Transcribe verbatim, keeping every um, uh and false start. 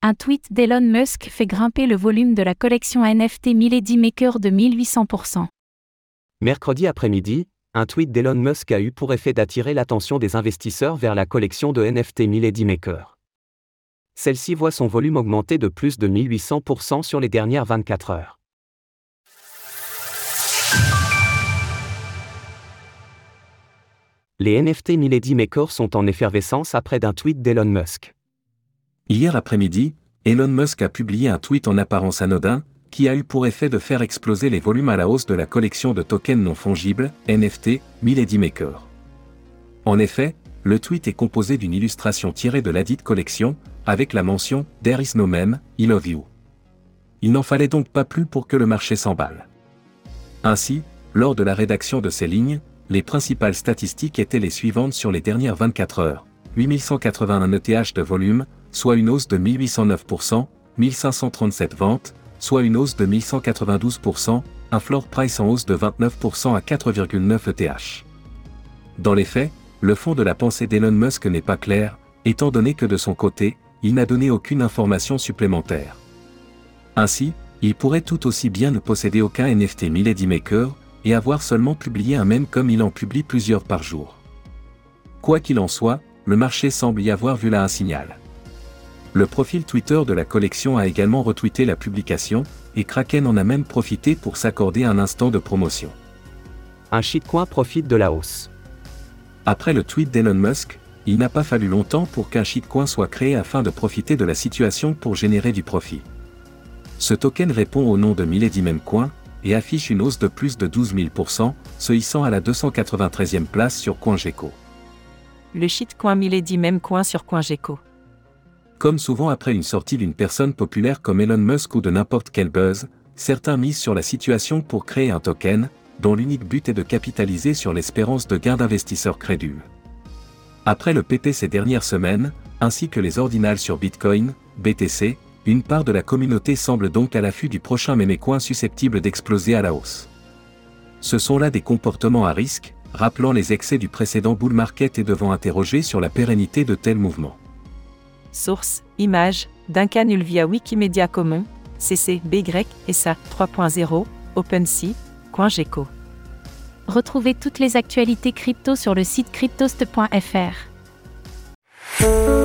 Un tweet d'Elon Musk fait grimper le volume de la collection N F T Milady Maker de mille huit cents pour cent. Mercredi après-midi, un tweet d'Elon Musk a eu pour effet d'attirer l'attention des investisseurs vers la collection de N F T Milady Maker. Celle-ci voit son volume augmenter de plus de mille huit cents pour cent sur les dernières vingt-quatre heures. Les N F T Milady Maker sont en effervescence après d'un tweet d'Elon Musk. Hier après-midi, Elon Musk a publié un tweet en apparence anodin, qui a eu pour effet de faire exploser les volumes à la hausse de la collection de tokens non fongibles, N F T, Milady Maker. En effet, le tweet est composé d'une illustration tirée de ladite collection, avec la mention « There is no meme, I love you ». Il n'en fallait donc pas plus pour que le marché s'emballe. Ainsi, lors de la rédaction de ces lignes, les principales statistiques étaient les suivantes sur les dernières vingt-quatre heures. huit mille cent quatre-vingt-un E T H de volume, soit une hausse de mille huit cent neuf pour cent, mille cinq cent trente-sept ventes, soit une hausse de mille cent quatre-vingt-douze pour cent, un floor price en hausse de vingt-neuf pour cent à quatre virgule neuf E T H. Dans les faits, le fond de la pensée d'Elon Musk n'est pas clair, étant donné que de son côté, il n'a donné aucune information supplémentaire. Ainsi, il pourrait tout aussi bien ne posséder aucun N F T Milady Maker, et avoir seulement publié un mème comme il en publie plusieurs par jour. Quoi qu'il en soit, le marché semble y avoir vu là un signal. Le profil Twitter de la collection a également retweeté la publication, et Kraken en a même profité pour s'accorder un instant de promotion. Un shitcoin profite de la hausse. Après le tweet d'Elon Musk, il n'a pas fallu longtemps pour qu'un shitcoin soit créé afin de profiter de la situation pour générer du profit. Ce token répond au nom de Milady Memecoin, et affiche une hausse de plus de douze mille pour cent, se hissant à la deux cent quatre-vingt-treizième place sur CoinGecko. Le shitcoin Milady Memecoin sur CoinGecko. Comme souvent après une sortie d'une personne populaire comme Elon Musk ou de n'importe quel buzz, certains misent sur la situation pour créer un token, dont l'unique but est de capitaliser sur l'espérance de gain d'investisseurs crédules. Après le P P ces dernières semaines, ainsi que les ordinals sur Bitcoin, B T C, une part de la communauté semble donc à l'affût du prochain mémécoin susceptible d'exploser à la hausse. Ce sont là des comportements à risque, rappelant les excès du précédent bull market et devant interroger sur la pérennité de tels mouvements. Source, image, Duncan Hull via Wikimedia Commons, C C B Y, S A trois point zéro, OpenSea, CoinGecko. Retrouvez toutes les actualités crypto sur le site cryptost point F R.